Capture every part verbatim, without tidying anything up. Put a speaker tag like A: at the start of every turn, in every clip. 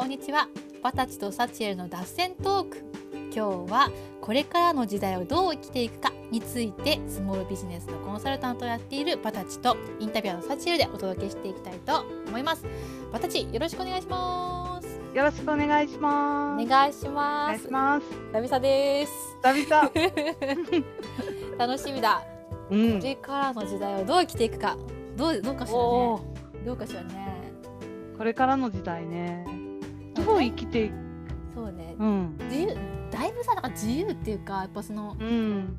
A: んにちは。パタチとサチエルの脱線トーク。今日はこれからの時代をどう生きていくかについて、スモールビジネスのコンサルタントをやっているパタチとインタビュアーのサチエルでお届けしていきたいと思います。パタチ、よろしくお願いします。
B: よろしくお願いします。
A: お願いし
B: お願い
A: ます。
B: します。
A: 久々です。
B: 久々。
A: 楽しみだ。
B: う
A: こ
B: ん。
A: れからの時代をどう生きていくか、どうどうかしら
B: お
A: ね。
B: ー
A: どうかしらね。
B: これからの時代ね。どう生きていく。
A: そうね。
B: うん。
A: 自由、だいぶさ、なんか自由っていうか、やっぱその、
B: うん。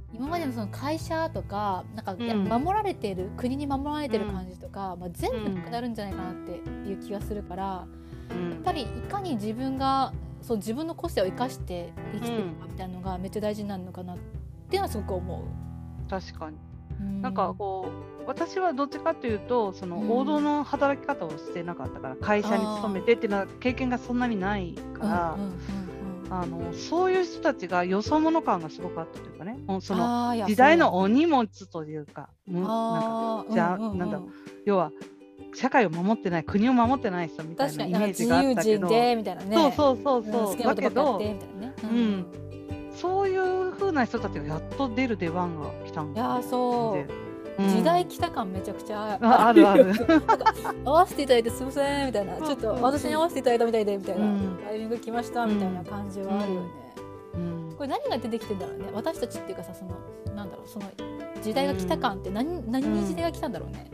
A: 今までのその会社とか、なんか、いや
B: うん
A: 守られてる、国に守られてる感じとか、まあ、全部なくなるんじゃないかなっていう気がするから、や
B: うん
A: っぱりいかに自分がそう自分の個性を生かして生きていくかみたいなのがめっちゃ大事になるのかなっていうのはすごく思う。
B: 確かに。
A: うん
B: なんかこう私はどっちかというとその王道の働き方をしてなかったから、会社に勤めてっていうのは経験がそんなにないから、
A: うんうんうんうん
B: あのそういう人たちがよそ者感がすごくあったというかね、もうその
A: あーいや
B: 時代の
A: そう
B: お荷物というか、むなん
A: あー
B: かじゃあ、
A: うんうんうん
B: なんだろう、要は社会を守ってない、国を守ってない人みたい
A: 確かになんか
B: なイメージ
A: 自由
B: があったけど、
A: 人でみたいなね。
B: そうそうそう
A: うん
B: そう、
A: 好きな
B: だけど
A: ことばっかやってみたいなね。
B: うんそういう風な人たちがやっと出る出番が来たん
A: いやーそう、
B: で、うん
A: 時代来た感めちゃくちゃ
B: ああるある
A: なんか合わせていただいてすみませんみたいな、
B: そう
A: ちょっと私に合わせていただいたみたいでみたいな、
B: うん
A: タイミング来ましたみたいな感じはあるよね。
B: うん
A: これ何が出てきてんだろうね、私たちっていうかさ、そのなんだろう、その時代が来た感って何、何に時代が来たんだろうね。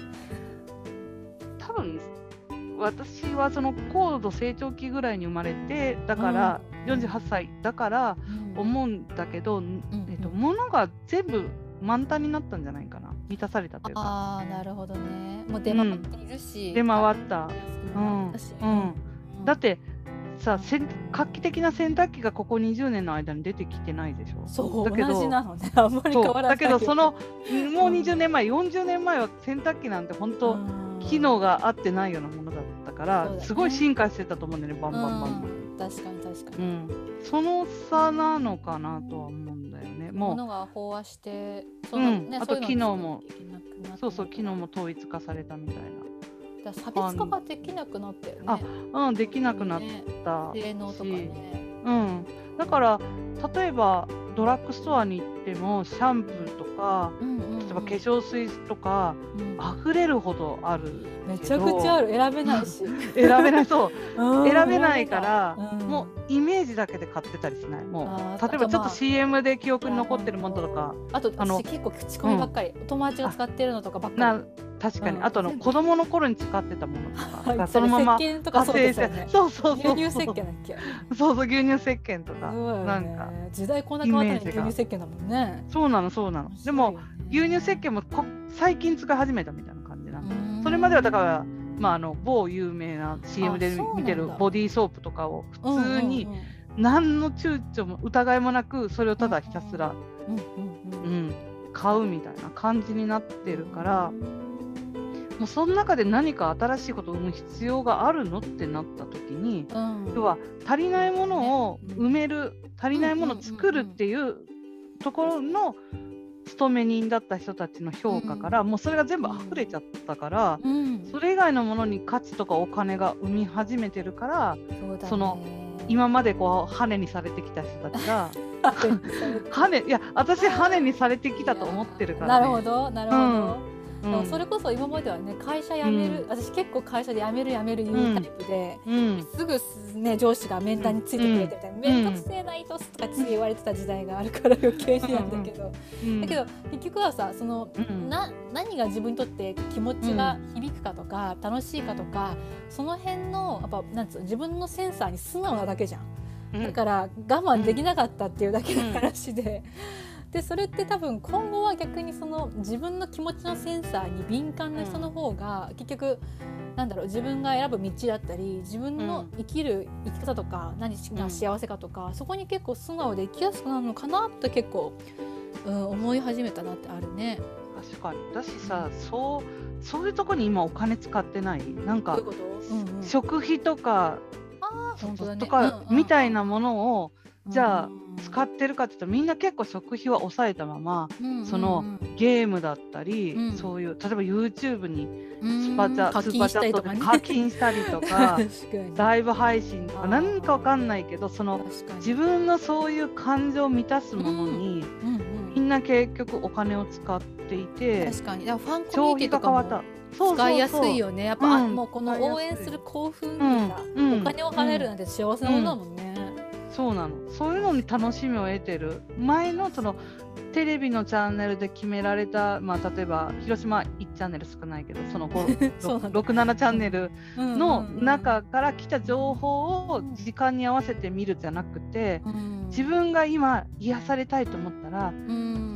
B: 多分私はその高度成長期ぐらいに生まれて、だからよんじゅうはっさいだから
A: うん
B: 思うんだけど、えっと、物が全部満タンになったんじゃないかな、満たされたというか、
A: ああなるほどね。もう出回っているし、
B: 出回った、
A: 安くもなったし
B: うんうんだってさ、せん画期的な洗濯機がここにじゅうねんの間に出てきてないでしょ。
A: そう
B: だけど
A: 同じなのね、あんまり変
B: そう
A: わらない
B: だけどそのもうにじゅうねんまえ、よんじゅうねんまえは洗濯機なんて本当、機能が合ってないようなものだったから、
A: そうだね
B: すごい進化してたと思うんだよね、バンバンバンバン。
A: うん確かに確かに、
B: うん、その差なのかなとは思うんだよね。も
A: 物が飽和して、
B: う、うん、あと機能も、
A: そ
B: そうそう、機能も統一化されたみたい
A: だ差別化ができなくなったよね。
B: あな。うん、できなくなっ
A: ね
B: た
A: 性能とかね。
B: うん、だから例えばドラッグストアに行ってもシャンプーとか、
A: うんうんうん
B: 例えば化粧水とか
A: うん
B: 溢れるほどある
A: めちゃくちゃある、選べないし
B: 選べないそう
A: うん
B: 選べないから、
A: うん
B: もうイメージだけで買ってたりしない。もう
A: あー
B: 例えばちょっと
A: あとまあ
B: シーエム で記憶に残ってるものとか、
A: あと
B: あの
A: 私結構口コミばっかり、お友達が使ってるのとかばっか
B: な
A: り。
B: 確かに、
A: うん
B: あとあの
A: 全部
B: 子供の頃に使ってたものとか
A: はい
B: がそのまま
A: 石鹸とかそうですよね。
B: そうそうそう
A: 牛乳石鹸だっけ。
B: そうそう牛乳石鹸とか、
A: そうよね
B: なんか
A: 時代こんな変わったのに
B: イメージが
A: 牛乳石鹸だもんね。
B: そうなのそうなの。でも牛乳石鹸もこ最近使い始めたみたいな感じなの。それまではだから、まあ、あの某有名な シーエム で
A: あそうなんだ
B: 見てるボディーソープとかを
A: うんうんうん
B: 普通に何の躊躇も疑いもなくそれをただひたすら、
A: うんうんうん
B: うん、買うみたいな感じになってるから、もうその中で何か新しいことを生む必要があるのってなった時に、
A: うん
B: 要は足りないものを埋める、足りないものを作るっていうところの勤め人だった人たちの評価から、もうそれが全部溢れちゃったから、
A: うん
B: それ以外のものに価値とかお金が生み始めてるから、
A: そうだね
B: その今までこうハネにされてきた人たちが
A: それ
B: ハネいや私ハネにされてきたと思ってるから、ね、
A: なるほどなるほど、
B: うん
A: でもそれこそ今まではね、会社辞める、
B: うん
A: 私結構会社で辞める辞める言うタイプで、
B: うん
A: すぐね上司が面談についてくれてみたいな、
B: うん
A: 面倒くせえなイトスとかつい言われてた時代があるから余計になんだけど、
B: うん
A: だけど結局はさ、その、
B: うん
A: な何が自分にとって気持ちが響くかとか、楽しいかとか、その辺のやっぱなんつうの、自分のセンサーに素直なだけじゃん。
B: うん
A: だから我慢できなかったっていうだけの話で、でそれって多分今後は逆にその自分の気持ちのセンサーに敏感な人の方が、結局なんだろう、自分が選ぶ道だったり自分の生きる生き方とか、何が幸せかとか、そこに結構素直で生きやすくなるのかなって結構、うん、思い始めたなってあるね。
B: 確かに。だしさ、そうそういうとこに今お金使ってない、なんか
A: どういうこと？うんうん、
B: 食費とか
A: あー本当だね、
B: とか
A: うんうん
B: みたいなものをじゃあ使ってるかって言ったらみんな結構食費は抑えたまま、そのゲームだったり、うん、そういう例えば YouTube にスパチャ、スーパーチャットで課金したりとかライブ配信とか何かわかんないけど、その自分のそういう感情を満たすものに、うんうんうん、みんな結局お金を使っていて、
A: 確かにファンコミュニティとかも使いやすいよね。やっぱ、うん、もうこの応援する興奮にさ、うん、お金を払えるなんて幸せなものだもんね。
B: うん、そうなの。そういうのに楽しみを得てる。前のそのテレビのチャンネルで決められた、まあ、例えば広島いちチャンネル少ないけど、そのろく、ななチャンネルの中から来た情報を時間に合わせて見るじゃなくて、うん、自分が今癒されたいと思ったら、うん、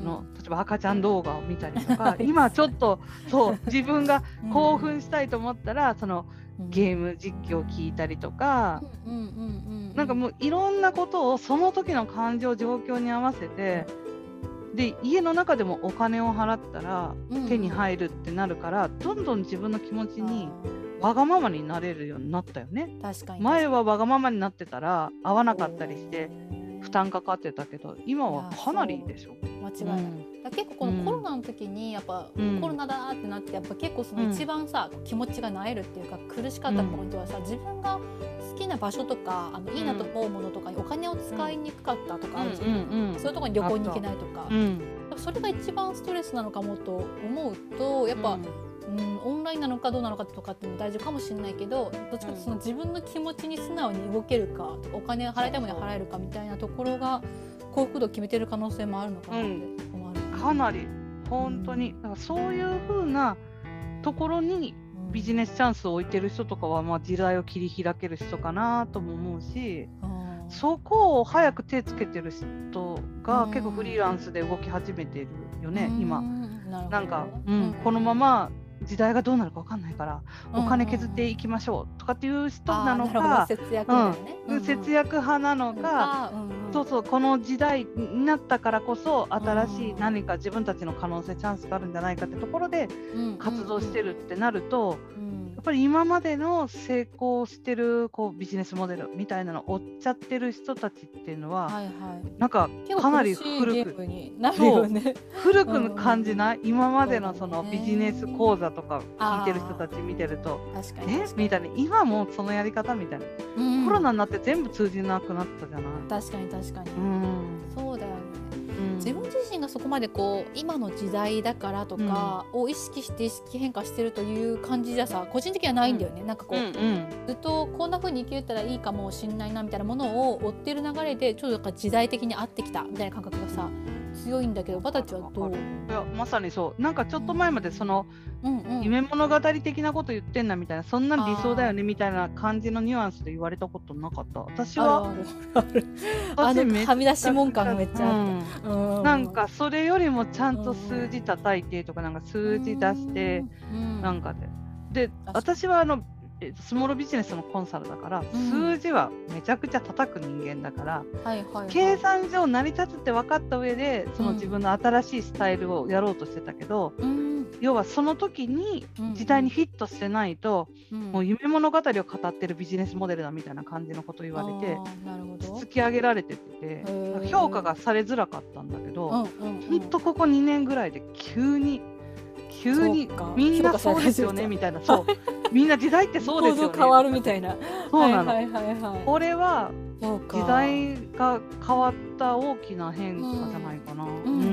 B: の例えば赤ちゃん動画を見たりとか今ちょっとそう自分が興奮したいと思ったら、そのゲーム実況を聞いたりとか、なんかもういろんなことをその時の感情状況に合わせて、で家の中でもお金を払ったら手に入るってなるから、うん、どんどん自分の気持ちにわがままになれるようになったよね。
A: 確かに。
B: 前はわがままになってたら合わなかったりして負担かかってたけど、今はかなりいいでしょ。
A: 間違いない、うん、だ結構このコロナの時にやっぱ、うん、コロナだってなってやっぱ結構その一番さ、うん、気持ちが萎えるっていうか苦しかったポイントはさ、自分が好きな場所とかあのいいなと思うものとかにお金を使いにくかったとかあるじゃん、うんうんうん、そういうところに旅行に行けないとか、うん、それが一番ストレスなのかもと思うと、やっぱ、うんうん、オンラインなのかどうなのかとかっても大事かもしれないけど、どっちかというとその自分の気持ちに素直に動けるか、お金払いたいものに払えるかみたいなところが幸福度を決めてる可能性もあるのかなって思われる、
B: うん、かなり本当に、だからそういう風なところにビジネスチャンスを置いてる人とかは、まあ時代を切り開ける人かなとも思うし、そこを早く手つけてる人が結構フリーランスで動き始めてるよね、今。なんか、うん、このまま時代がどうなるか分かんないからお金削っていきましょうとかっていう人なのか、
A: 節約だよね、
B: うん、節約派なのか、うんうん、そうそう、この時代になったからこそ新しい何か自分たちの可能性チャンスがあるんじゃないかってところで活動してるってなると、うんうんうん、やっぱり今までの成功してるこうビジネスモデルみたいなのを追っちゃってる人たちっていうのは、はいはい、なんかかなり古く、
A: なるよね、
B: 古く感じない、うん、今までのそのビジネス講座とか聞いてる人たち見てると、
A: 確かに
B: えみたいな、今もそのやり方みたいな、うん、コロナになって全部通じなくなったじゃない。
A: 確かに確かに、
B: うん、
A: そうだよね、うん、自分自身がそこまでこう今の時代だからとかを意識して意識変化してるという感じじゃさ個人的にはないんだよね、うん、なんかこう、うんうん、ずっとこんな風に生きれたらいいかもしんないなみたいなものを追ってる流れでちょっとなんか時代的に合ってきたみたいな感覚がさ強いんだけど、バタチはどう？
B: いやまさにそう、なんかちょっと前までその、うんうん、夢物語的なこと言ってんなみたいな、そんな理想だよねみたいな感じのニュアンスで言われたことなかった。私は
A: あるあるある、あのはみ出し文感がめっちゃあった、
B: うんうん、なんかそれよりもちゃんと数字叩いてとか、なんか数字出して、うん、なんかでで私はあのスモールビジネスのコンサルだから、うん、数字はめちゃくちゃ叩く人間だから、はいはいはい、計算上成り立つって分かった上でその自分の新しいスタイルをやろうとしてたけど、うん、要はその時に時代にフィットしてないと、うん、もう夢物語を語ってるビジネスモデルだみたいな感じのこと言われて突き上げられてて、評価がされづらかったんだけど、ほんとここにねんぐらいで急に急にみんなそうですよねみたいな、そうみんな時代ってそうですよね、
A: 構造変わるみたいな、
B: そうなの、はいはいはいはい、これは時代が変わった大きな変化じゃないかな、うんうんうん、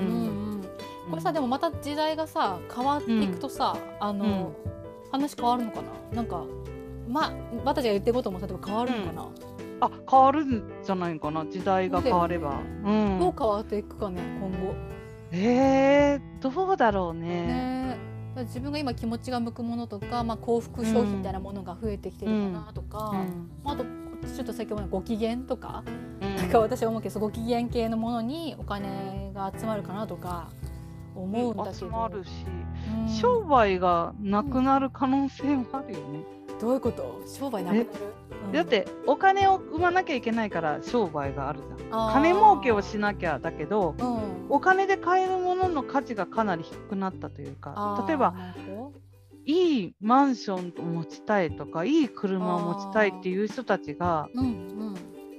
A: これさでもまた時代がさ変わっていくとさ、うん、あの、うん、話変わるのかな、なんかまあ私が言ってることも例えば変わるのかな、うん、
B: あ変わるんじゃないかな、時代が変われば、
A: うん、どう変わっていくかね今後。
B: えー、どうだろうね。
A: ね、自分が今気持ちが向くものとか、まあ、幸福消費みたいなものが増えてきてるかなとか、うん、あとちょっと先ほどのご機嫌とか、うん、なんか私は思うけどご機嫌系のものにお金が集まるかなとか思うんだけど、
B: 集まるし、うん、商売がなくなる可能性もあるよね、
A: うん、どういうこと？商売なくなる？
B: うん、だってお金を生まなきゃいけないから商売があるじゃん。金儲けをしなきゃだけど、うん、お金で買えるものの価値がかなり低くなったというか、例えばいいマンションを持ちたいとかいい車を持ちたいっていう人たちが、うんうん、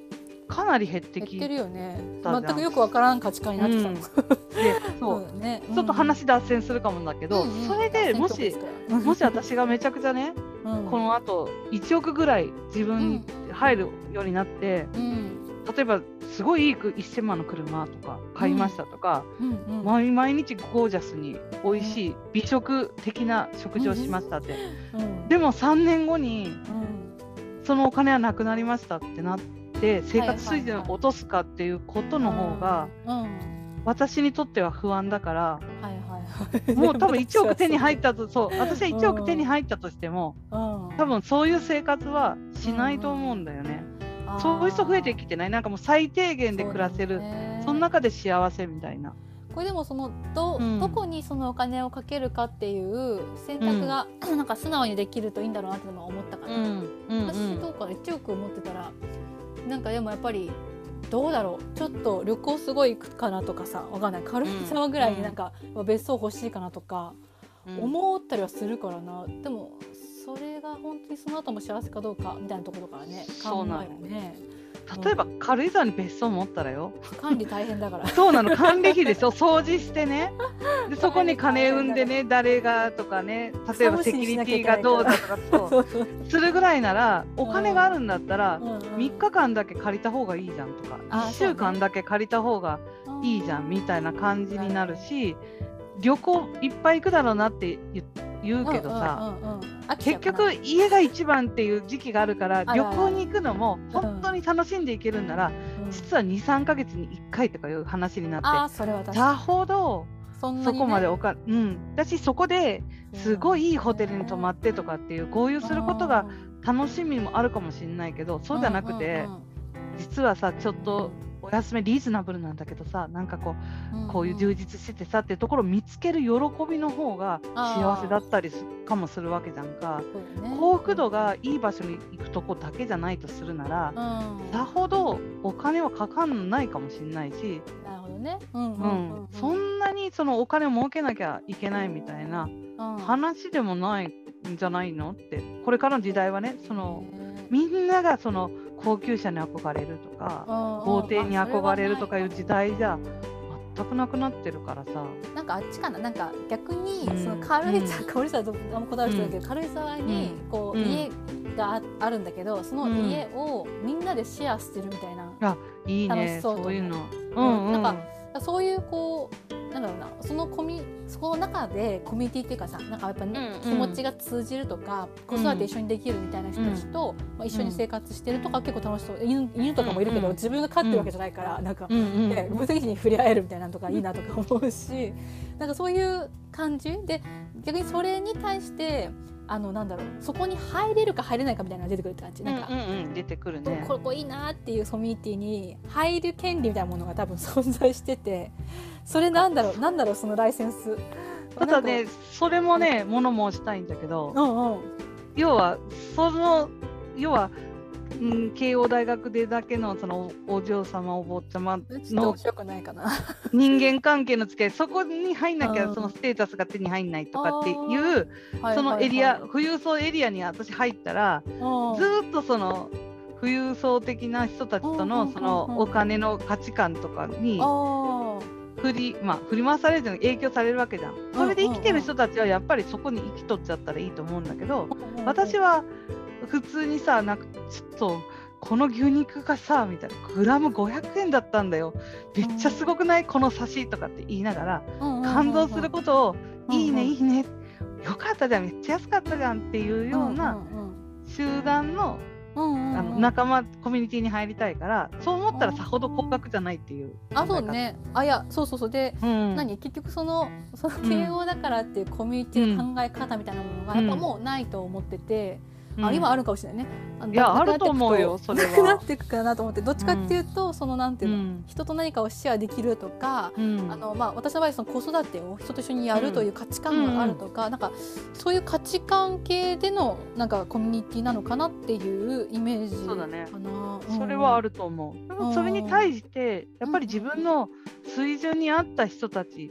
B: かなり減ってき
A: 減ってるよね。
B: たじゃん
A: 全くよくわからん価値観になってたの、
B: うんで
A: そ
B: そうう
A: だね、
B: ちょっと話脱線するかもだけど、
A: うんうん
B: それでもしもし私がめちゃくちゃね、
A: うん
B: このあといちおくぐらい自分に入るようになって、
A: うん
B: 例えばすごいいいくせんまんの車とか買いましたとか、
A: うんうん
B: 毎毎日ゴージャスに美味しい美食的な食事をしましたって、
A: うん
B: でもさんねんごに
A: うん
B: そのお金はなくなりましたってなって生活水準を落とすかっていうことの方が
A: うんうん
B: 私にとっては不安だから、
A: はいはいはい
B: もう多分いちおく手に入ったとそう私はいちおく手に入ったとしても
A: うん
B: 多分そういう生活はしないと思うんだよね。
A: あー
B: そういう人増えてきてない？なんかもう最低限で暮らせる
A: そうだね
B: その中で幸せみたいな。
A: これでもその ど,、
B: うん
A: どこにそのお金をかけるかっていう選択が、なんか素直にできるといいんだろうなってのも思ったかな、
B: うんうん
A: 私どうかないちおく持ってたらなんかでもやっぱりどうだろうちょっと旅行すごい行くかなとかさわかんない軽井沢ぐらいになんか別荘欲しいかなとか
B: うん
A: 思ったりはするからな。でもそれが本当にその後も幸せかどうかみたいなところからね考
B: そうなの
A: えるね。
B: 例えば軽井沢に別荘持ったらよ
A: 管理大変だから
B: そうなの管理費でしょ掃除してねでそこに金生んでね誰がとかね例えばセキュリティがどうだとかそう
A: そうそう
B: するぐらいならお金があるんだったら
A: うんうん
B: みっかかんだけ借りた方がいいじゃんとか
A: あー
B: いっしゅうかんだけ借りた方がいいじゃんみたいな感じになるし旅行いっぱい行くだろうなって言言うけどさ、
A: うんうんうんうん飽きちゃ
B: 結
A: うかな
B: 局家が一番っていう時期があるから
A: あるある
B: 旅行に行くのも本当に楽しんでいけるんなら、
A: うん
B: 実はにさんかげつにいっかいとかいう話にな
A: あー
B: って
A: それは確か
B: さほど
A: にそんなにね
B: そこまでおかうんだしそこですごいいいホテルに泊まってとかっていう豪遊することが楽しみもあるかもしれないけどそうじゃなくて、
A: うんうん
B: 実はさちょっとお休みリーズナブルなんだけどさなんかこ
A: うんうん
B: うこういう充実しててさっていうところを見つける喜びの方が幸せだったりすかもするわけじゃんか。
A: そうだね
B: 幸福度がいい場所に行くとこだけじゃないとするなら、
A: うん
B: さほどお金はかかんないかもしれないし、
A: なるほどねうんうん
B: う
A: うんんうん
B: そんなにそのお金を儲けなきゃいけないみたいな
A: うん
B: 話でもないんじゃないのってこれからの時代はねその
A: へ
B: みんながその高級車に憧れるとか
A: ー
B: 豪邸に憧れるとかいう
A: あ
B: 時代じゃ全くなくなってるからさ。
A: それはないなんかあっちかななんか逆に
B: うん
A: その軽井沢
B: うん
A: 軽井沢とあんまこだわる人だけど軽井沢にこう
B: うん
A: 家がああるんだけどその家をみんなでシェアしてるみたいな、
B: いいね
A: 楽しそうと思う
B: そういうの。
A: うん
B: うんうん
A: なんかそういうこうなんだろうなそのコミそこの中でコミュニティっていうかさなんかやっぱ、ね
B: うんうん
A: 気持ちが通じるとか子育て一緒にできるみたいな人たちと、まあ、一緒に生活してるとか結構楽しそう犬犬とかもいるけど、
B: うんうん
A: 自分が飼ってるわけじゃないから、なんか、
B: うんうん
A: ね、無責任に触れ合えるみたいなのとかいいなとか思うしなんかそういう感じで逆にそれに対してあのなんだろうそこに入れるか入れないかみたいなのが出てくるって感じ。なんか、
B: うんうんうん、出てくるね。
A: これこれいいなっていうコミュニティに入る権利みたいなものが多分存在しててそれなんだろうなんだろうそのライセンス
B: ただね
A: なんか
B: それもね物申したいんだけど、
A: うんうん
B: 要はその要は、うん、慶応大学でだけのそのお嬢様お坊ちゃま
A: ちょっと
B: の
A: 面白くないかな
B: 人間関係の付き合いそこに入んなき
A: うん
B: ゃそのステータスが手に入んないとかっていう
A: はい
B: そのエリア
A: はいはい
B: 富裕層エリアに私入ったら
A: うん
B: ずーっとその富裕層的な人たちと
A: うんうんうんうん
B: のそのお金の価値観とかに
A: あ
B: 振り、まあ、振り回されるじゃなくて影響されるわけじゃん。それで生きてる人たちはやっぱりそこに生きとっちゃったらいいと思うんだけど、
A: ー
B: 私は普通にさなんかちょっとこの牛肉がさみたいなグラムごひゃくえんだったんだよめっちゃすごくないこのサシとかって言いながら感動することをいいねいいねよかったじゃんめっちゃ安かったじゃんっていうような集団のあの仲間コミュニティに入りたいからそう思ったらさほど高額じゃないっていう
A: あそうねあいやそうそうそうで、
B: うん、
A: 何結局そのその慶応だからっていうコミュニティの考え方みたいなものがやっぱもうないと思ってて、うん、あ今あるかもしれないね。あの
B: いやあると思うよそれは。
A: なくなっていくかなと思ってどっちかっていうと、うん、そのなんていうの、うん、人と何かをシェアできるとか、うん、あのまあ私の場合その子育てを人と一緒にやるという価値観があるとか、うん、なんかそういう価値観系でのなんかコミュニティなのかなっていうイメージかな。
B: そうだね。
A: うん、
B: それはあると思う。でもそれに対してやっぱり自分の水準に合った人たち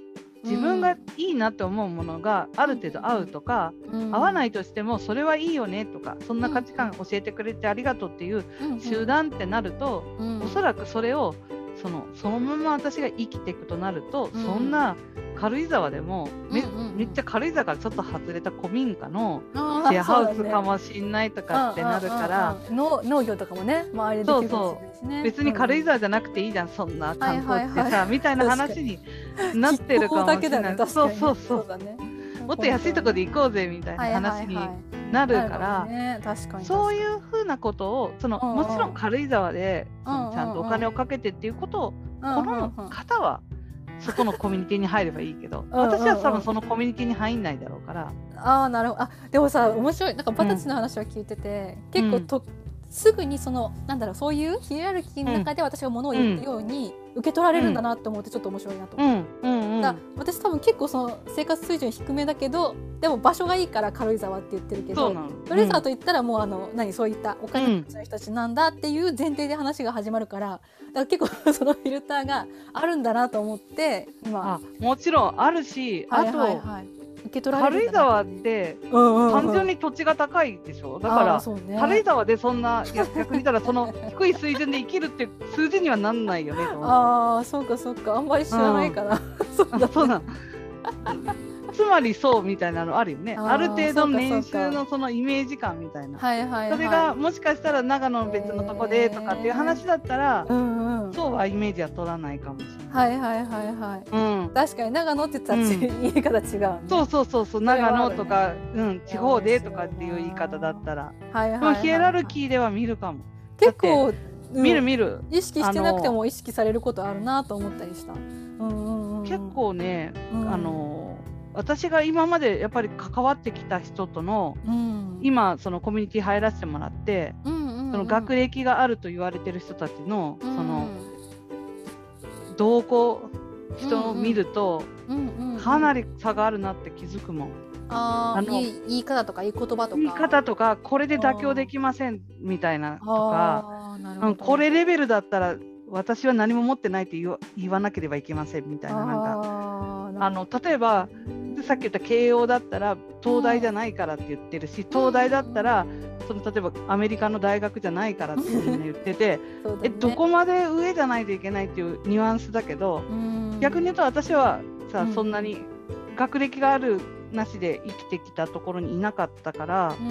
B: 自分がいいなって思うものがある程度合うとか、うん、合わないとしてもそれはいいよねとか、そんな価値観教えてくれてありがとうっていう集団ってなると、うんうん、おそらくそれをそのそのまま私が生きていくとなると、うん、そんな軽井沢でも め,、うんうんうん、めっちゃ軽井沢からちょっと外れた古民家のシェアハウスかもしんないとかってなるから、
A: の農業とかもね周りでできるかもしれないしね。
B: 別に軽井沢じゃなくていいじゃん、そんな観光ってさ、はいはいはい、みたいな話になってるかもしれない。そうそうそう、ね、もっと安いとこで行こうぜみたいな話になるから、ね、確かにそういうふうなことをその、うんうん、もちろん軽井沢でそのちゃんとお金をかけてっていうことを、うんうんうん、この方はそこのコミュニティに入ればいいけど、私は多分そのコミュニティに入んないだろうから。
A: ああ、なるほど。あ、でもさ、面白い。なんかバタチの話を聞いてて、うん、結構と、うん、すぐにそのなんだろう、そういうヒエラルキーの中で私が物を言ったように受け取られるんだなって思って、ちょっと面白いなと思って、うんうんうん、だ私多分結構その生活水準低めだけど、でも場所がいいから軽井沢って言ってるけど、軽井沢と言ったらもうあの何そういったお金持ちの人たちなんだっていう前提で話が始まるから、だから結構そのフィルターがあるんだなと思って今。
B: あ、もちろんあるし、あと、はいはいはい、受け取られる軽井沢って単純に土地が高いでしょ。だから、ね、軽井沢でそんな逆に言ったらその低い水準で生きるって数字にはなんないよねと思って。
A: ああ、そうかそうか、あんまり知らないから、うん、
B: そうだそうだつまりそうみたいなのあるよね。 あ, ある程度の年収のそのイメージ感みたいな、はいはいはい、それがもしかしたら長野の別のとこでとかっていう話だったら、えーうんうん、そうはイメージは取らないかもしれない。はいはいはいはい、うん、確
A: かに長野って言ったら、うん、言い方違う、ね、
B: そうそうそうそう、長野とか、ね、うん、地方でとかっていう言い方だったら、はいはいはいはい、でもヒエラルキーでは見るかも。
A: 結構
B: 見る見る、
A: 意識してなくても意識されることあるなと思ったりした。うんうんうん、
B: 結構ね、うん、あの私が今までやっぱり関わってきた人との、うん、今そのコミュニティ入らせてもらって、うんうんうん、その学歴があると言われてる人たちの、うん、その動向、人を見ると、うんうん、かなり差があるなって気づくもん。
A: ああの言い、言い方とか言い言葉とか
B: 言い方とか、これで妥協できませんみたいなとか、うん、これレベルだったら私は何も持ってないって言わ、言わなければいけませんみたいな、なんかあの例えばさっき言った慶応だったら東大じゃないからって言ってるし、東大だったらその例えばアメリカの大学じゃないからってみんな言ってて、ね、えどこまで上じゃないといけないっていうニュアンスだけど、逆に言うと私はさ、うん、そんなに学歴があるなしで生きてきたところにいなかったから、うん、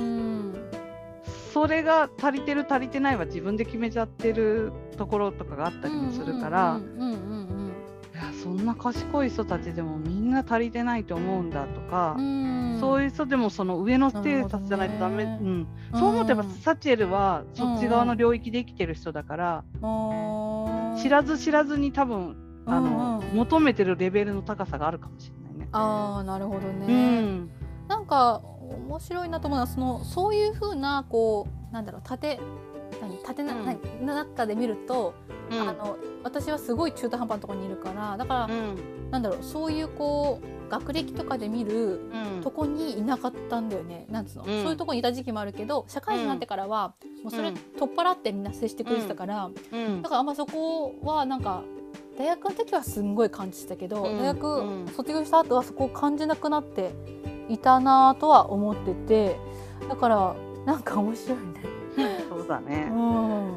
B: それが足りてる足りてないは自分で決めちゃってるところとかがあったりもするから、いやそんな賢い人たちでもみんな足りてないと思うんだとか、うん、そういう人でもその上のステータスじゃないとダメ、うん、そう思ってやっぱサチエルはそっち側の領域で生きてる人だから、うん、知らず知らずに多分あの、うん、求めてるレベルの高さがあるかもしれないね。
A: あー、なるほどね、うん、なんか面白いなと思うのは、そのそういう風なこうなんだろう縦何縦な、うん、何中で見ると、うん、あの私はすごい中途半端なところにいるから、だから、うん、なんだろう、そういうこう学歴とかで見る、うん、とこにいなかったんだよね。なんつうの、うん、そういうとこにいた時期もあるけど、社会人になってからは、うん、もうそれ取っ払ってみんな接してくれてたから、うん、だからあんまそこはなんか大学の時はすんごい感じたけど、うん、大学卒業した後はそこを感じなくなっていたなとは思ってて、だからなんか面白いね。
B: そうだね、うん、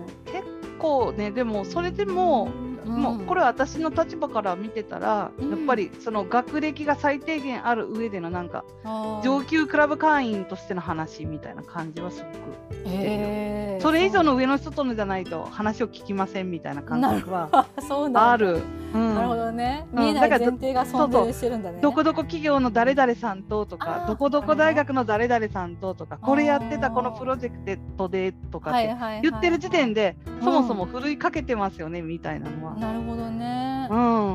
B: 結構ね。でもそれでも、うん、もうこれは私の立場から見てたら、うん、やっぱりその学歴が最低限ある上でのなんか上級クラブ会員としての話みたいな感じはすごく、えー、それ以上の上の人とのじゃないと話を聞きませんみたいな感覚はある。うん、
A: なるほどね。見えない前提が存在してるんだね。
B: そうそう、どこどこ企業の誰々さんととか、どこどこ大学の誰々さんととか、これやってたこのプロジェクトでとかって言ってる時点で、そもそもふるいかけてますよね、うん、みたいなのは。
A: なるほどね、うん。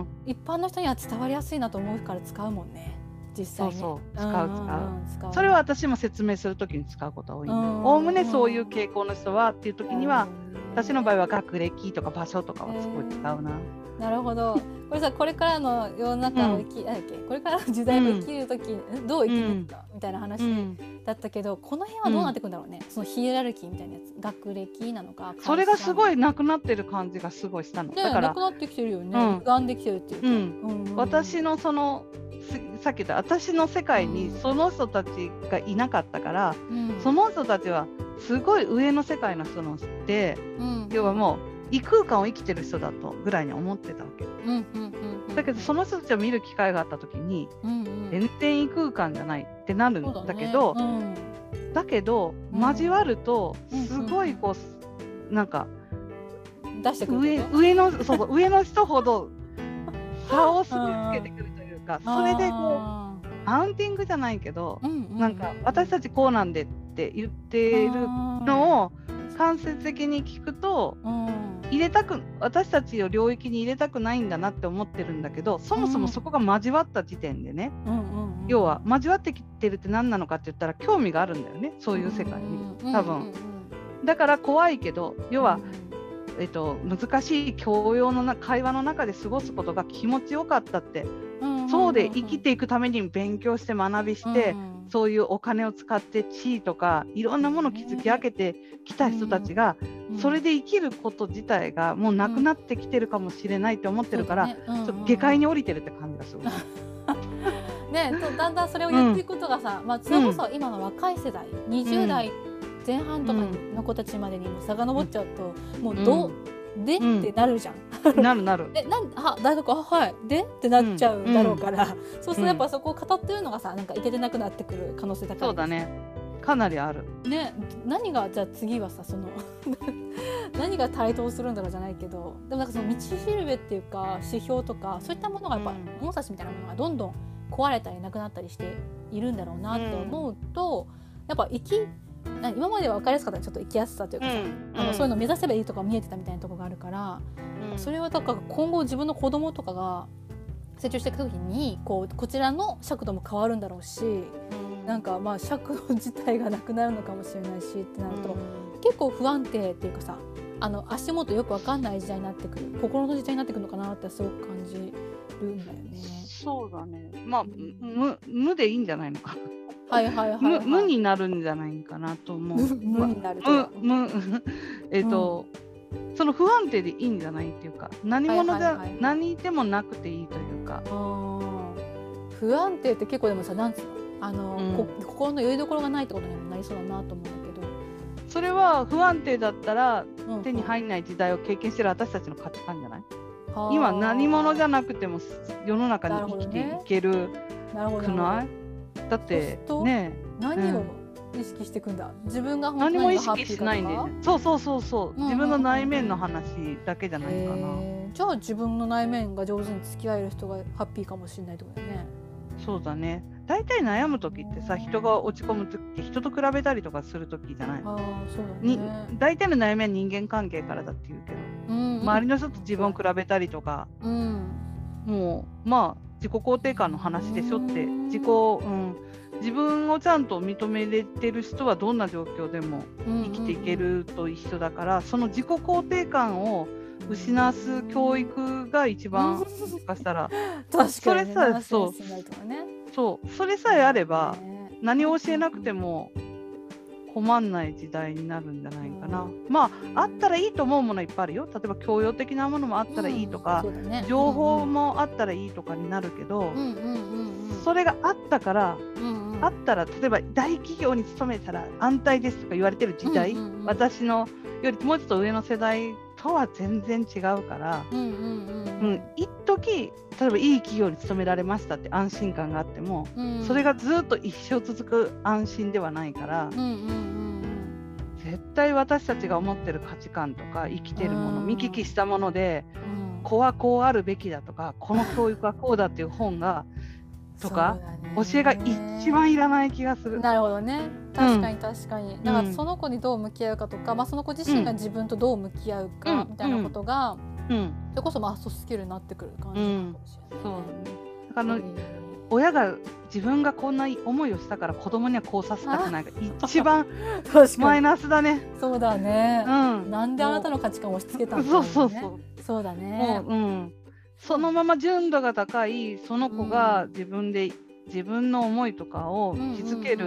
A: 一般の人には伝わりやすいなと思うから使うもんね、実際に。
B: そうそう、使う使う。それは私も説明するときに使うことが多いんで、おおむねそういう傾向の人はっていうときには、私の場合は学歴とか場所とかはすごい使うな。
A: なるほど。これさ、これからの世の中を生き、うん、なんだっけ、これからの時代を生きるとき、うん、どう生きるか、うん、みたいな話だったけど、この辺はどうなってくんだろうね、うん、そのヒエラルキーみたいなやつ、学歴なのか、
B: それがすごいなくなってる感じがすごいしたの、
A: ね、
B: だから
A: なくなってきてるよね、うん、歪んできてるっていうか、うん
B: うんうん、私のそのさっき言った私の世界にその人たちがいなかったから、うん、その人たちはすごい上の世界の人ので、うん、要はもう異空間を生きてる人だとぐらいに思ってたわけ、うんうんうんうん、だけどその人たちを見る機会があった時に、うんうん、全然異空間じゃないってなるんだけど、だね、うん、だけど交わるとすごいこう、うん、なんか
A: 出してくる
B: 上、上のそうそう上の人ほど差をすごいつけてくるというか、それでこうマウンティングじゃないけど、うんうん、なんか私たちこうなんでって言ってるのを間接的に聞くと、うん、入れたく私たちを領域に入れたくないんだなって思ってるんだけど、そもそもそこが交わった時点でね、うんうんうん、要は交わってきてるって何なのかって言ったら興味があるんだよね、そういう世界に多分、うんうんうん、だから怖いけど、要は、うん、えっと、難しい教養のな会話の中で過ごすことが気持ちよかったって、うんうんうんうん、そうで生きていくために勉強して学びして、うんうん、そういうお金を使って地位とかいろんなものを築き上げてきた人たちが、うん、それで生きること自体がもうなくなってきてるかもしれないって思ってるから、うん、ちょっと下界に降りてるって感じがする。
A: ね、だんだんそれを言っていくことがさ、うん、まあ、それこそ今の若い世代、うん、にじゅう代前半とかの子たちまでにも遡っちゃうと、うん、もうどう、うん、で、うん、ってなるじゃん。
B: なるなる。
A: え、なんあ大学あはいでってなっちゃうだろうから、うん、そうするとやっぱそこを語ってるのがさ、なんかいけてなくなってくる可能性高い。
B: そうだね。かなりある。
A: ね、何がじゃあ次はさ、その何が台頭するんだろうじゃないけど、でもなんかその道しるべっていうか指標とかそういったものがやっぱ、うん、物差しみたいなものがどんどん壊れたりなくなったりしているんだろうなって思うと、うん、やっぱ生き今までは分かりやすかったらちょっと生きやすさというかさ、うん、あのそういうのを目指せばいいとか見えてたみたいなところがあるから、うん、それはだから今後自分の子供とかが成長していく時にこうこちらの尺度も変わるんだろうし、うん、なんかまあ尺度自体がなくなるのかもしれないしってなると、うん、結構不安定っていうかさ、あの足元よく分かんない時代になってくる、心の時代になってくるのかなってすごく感じるんだよね。
B: そうだね。まあ無、無でいいんじゃないのか。
A: はいはいはいはい、無,
B: 無になるんじゃないかなと思う。
A: 無になるとか、
B: 無無えっと、うん、その不安定でいいんじゃないっていうか、何者じゃ、はいはいはい、何でもなくていいというか。
A: あ不安定って結構でもさ、なんつうの、あの、うん、こ心の拠り所がないってことにもなりそうだなと思うんだけど。
B: それは不安定だったら、うん、手に入んない時代を経験してる私たちの価値観じゃない？今何者じゃなくても世の中に生きていけるくない？だってね、
A: 何を意識していくんだ、うん、自分が本当に
B: 何も意識しないんで、そうそうそうそう、うんうんうん、自分の内面の話だけじゃないかな。
A: じゃあ自分の内面が上手に付き合える人がハッピーかもしれないってことだよね。
B: そうだね。大体悩む時ってさ、人が落ち込む時って人と比べたりとかする時じゃない？あ、そうだね。に大体の悩みは人間関係からだって言うけど、うんうん、周りの人と自分を比べたりとか、うん、もうまあ自己肯定感の話でしょって、自己、うん、自分をちゃんと認めれてる人はどんな状況でも生きていけると一緒だから、うんうんうん、その自己肯定感を失わす教育が一番もしかしたら
A: 確かに、ね、
B: それさえそう、そうそれさえあれば、ね、何を教えなくても困んない時代になるんじゃないかな、うん、まああったらいいと思うものいっぱいあるよ。例えば教養的なものもあったらいいとか、うんね、情報もあったらいいとかになるけど、うんうんうんうん、それがあったから、うんうん、あったら例えば大企業に勤めたら安泰ですとか言われてる時代、うんうんうん、私のよりもうちょっと上の世代とは全然違うから、うんうんうんうん、一時例えばいい企業に勤められましたって安心感があっても、うんうん、それがずっと一生続く安心ではないから、うんうんうん、絶対私たちが思ってる価値観とか生きてるもの、見聞きしたもので、うん、子はこうあるべきだとか、この教育はこうだっていう本がとか、教えが一番いらない気がする。
A: なるほどね。確かに確かに、うん、だからその子にどう向き合うかとか、まあ、その子自身が自分とどう向き合うかみたいなことが、うんうん、それこそまあソフトスキルになってくる感じかもしれない、ね、うん、そう
B: だから、えー、親が自分がこんな思いをしたから子供にはこうさせたくないが一番マイナスだね。
A: そうだね、うん、なんであなたの価値観を押し付けたんだろうね。そうそうそう、そうだね。
B: もう、うん、そのまま純度が高いその子が自分で、うん、自分の思いとかを気づける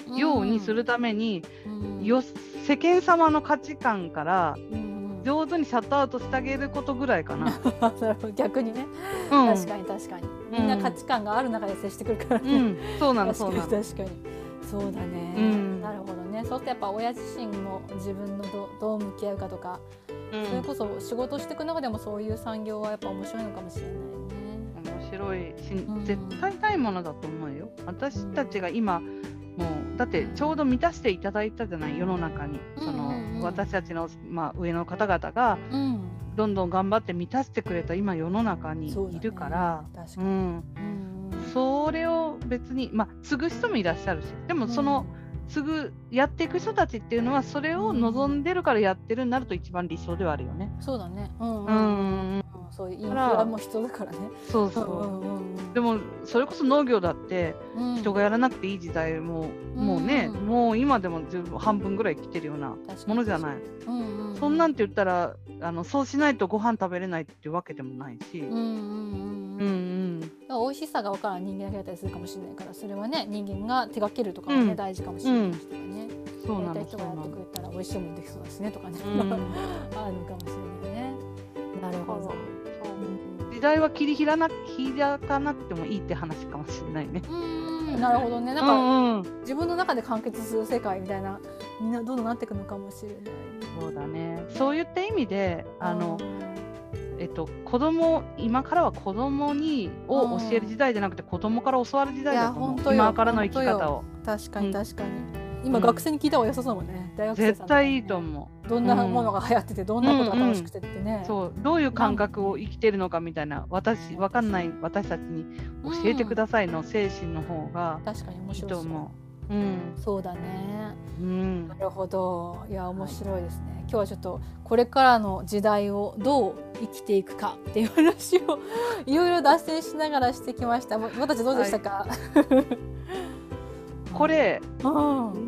B: ようにするために、
A: うん、
B: よ世間様の価値観から
A: うん
B: 上手にシャットアウトしてあげることぐらいかな。
A: なるほど、逆にね、
B: うん、
A: 確かに確かにみんな価値観がある中で接してくるからね、
B: うん、そうなの
A: 確かに
B: そうなの。
A: 確かにそうだね、
B: うん、
A: なるほどね。そうするとやっぱ親自身も自分の ど, どう向き合うかとか、
B: うん、
A: それこそ仕事していく中でもそういう産業はやっぱ面白いのかもしれないね。
B: 面白いし、
A: うん、
B: 絶対ないものだと思うよ。私たちが今、もうだってちょうど満たしていただいたじゃない、世の中に、その、うんうんうん、私たちの、まあ、上の方々がどんどん頑張って満たしてくれた今世の中にいるから、うん、それを別に、まあ、継ぐ人もいらっしゃるし、でもその、うん、継ぐやっていく人たちっていうのはそれを望んでるからやってるになると一番理想ではあるよね。
A: そうだね、うんうんうんうん、そういうインフラも必要だからね。
B: そうそう、うんうんうん、でもそれこそ農業だって人がやらなくていい時代も、うん、もうね、うん、もう今でも十分半分ぐらい来てるようなものじゃない、うんうん、そんなんて言ったらあのそうしないとご飯食べれないっていうわけでもないし、うんうんうんうん、
A: 美味しさが分からん人間だけだったりするかもしれないから、それはね人間が手掛けるとかはね、うん、大事かもしれないですからね、うん、そうなの、やりたい人がやってくれたら美味しいものできそうだしねとかね、うん、あるかもしれないね。なるほど、
B: 時代は切り開な開かなくてもいいって話かもしれないね。
A: うん、なるほどね。なんか、うんうん、自分の中で完結する世界みたいな、みんなどんどんなっていくのかもしれない。
B: そうだね。そういった意味であの、えっと、子供今からは子供にを教える時代じゃなくて、子供から教わる時代だと思う。今からの生き方を。
A: 確かに確かに。うん今、うん、学生に聞いた方が良さそうもんね。大学生さん、ね、
B: 絶対いいと思う。
A: どんなものが流行ってて、うん、どんなことが楽しくてってね、うんうん、
B: そうどういう感覚を生きてるのかみたいな、私分かんない私たちに教えてくださいの精神の方がいいと思う。うん、
A: そうだね、
B: うん、
A: なるほど。いや面白いですね。今日はちょっとこれからの時代をどう生きていくかっていう話をいろいろ脱線しながらしてきました。私たちどうでしたか？はい
B: これ、うん、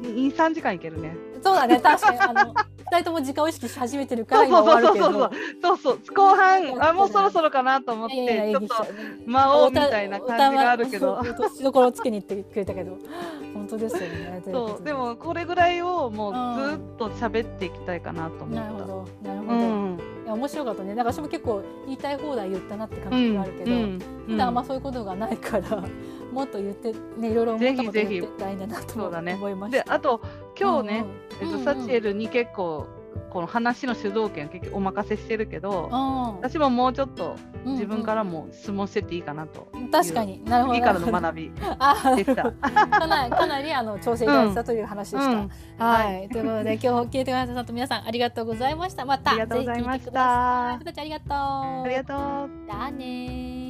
B: に、さんじかんいけるね。
A: そうだね、確かにあのふたりとも時間を意識し始めてるから今終わるけど、
B: そうそうそうそうそう後半あもうそろそろかなと思ってちょっと間をみたいな感じがあるけど、
A: 落としどころをつけに行ってくれたけど本当ですよね。
B: そうでもこれぐらいをもうずっと喋っていきたいかなと思った。
A: なるほどなるほど、うん、いや面白かったね。だから私も結構言いたい放題言ったなって感覚があるけど、うんうん、普段あんまそういうことがないからもっと言ってね、いろいろ思ったこと言ってたいんだなと思いました。
B: であと今日ね、うんうんえっと、サチエルに結構この話の主導権結局お任せしてるけど、うん、私ももうちょっと自分からも質問してっていいかなと、
A: うんうん、確かになるほど
B: 次からの学びでした
A: かなりかなりあの調整いただいたという話でした、うんうん、はい、はい、ということで今日聞いてくださった皆さんありがとうございました。また
B: ありがとうございました。
A: 私たちありがとう
B: ありがとう。
A: じゃあね。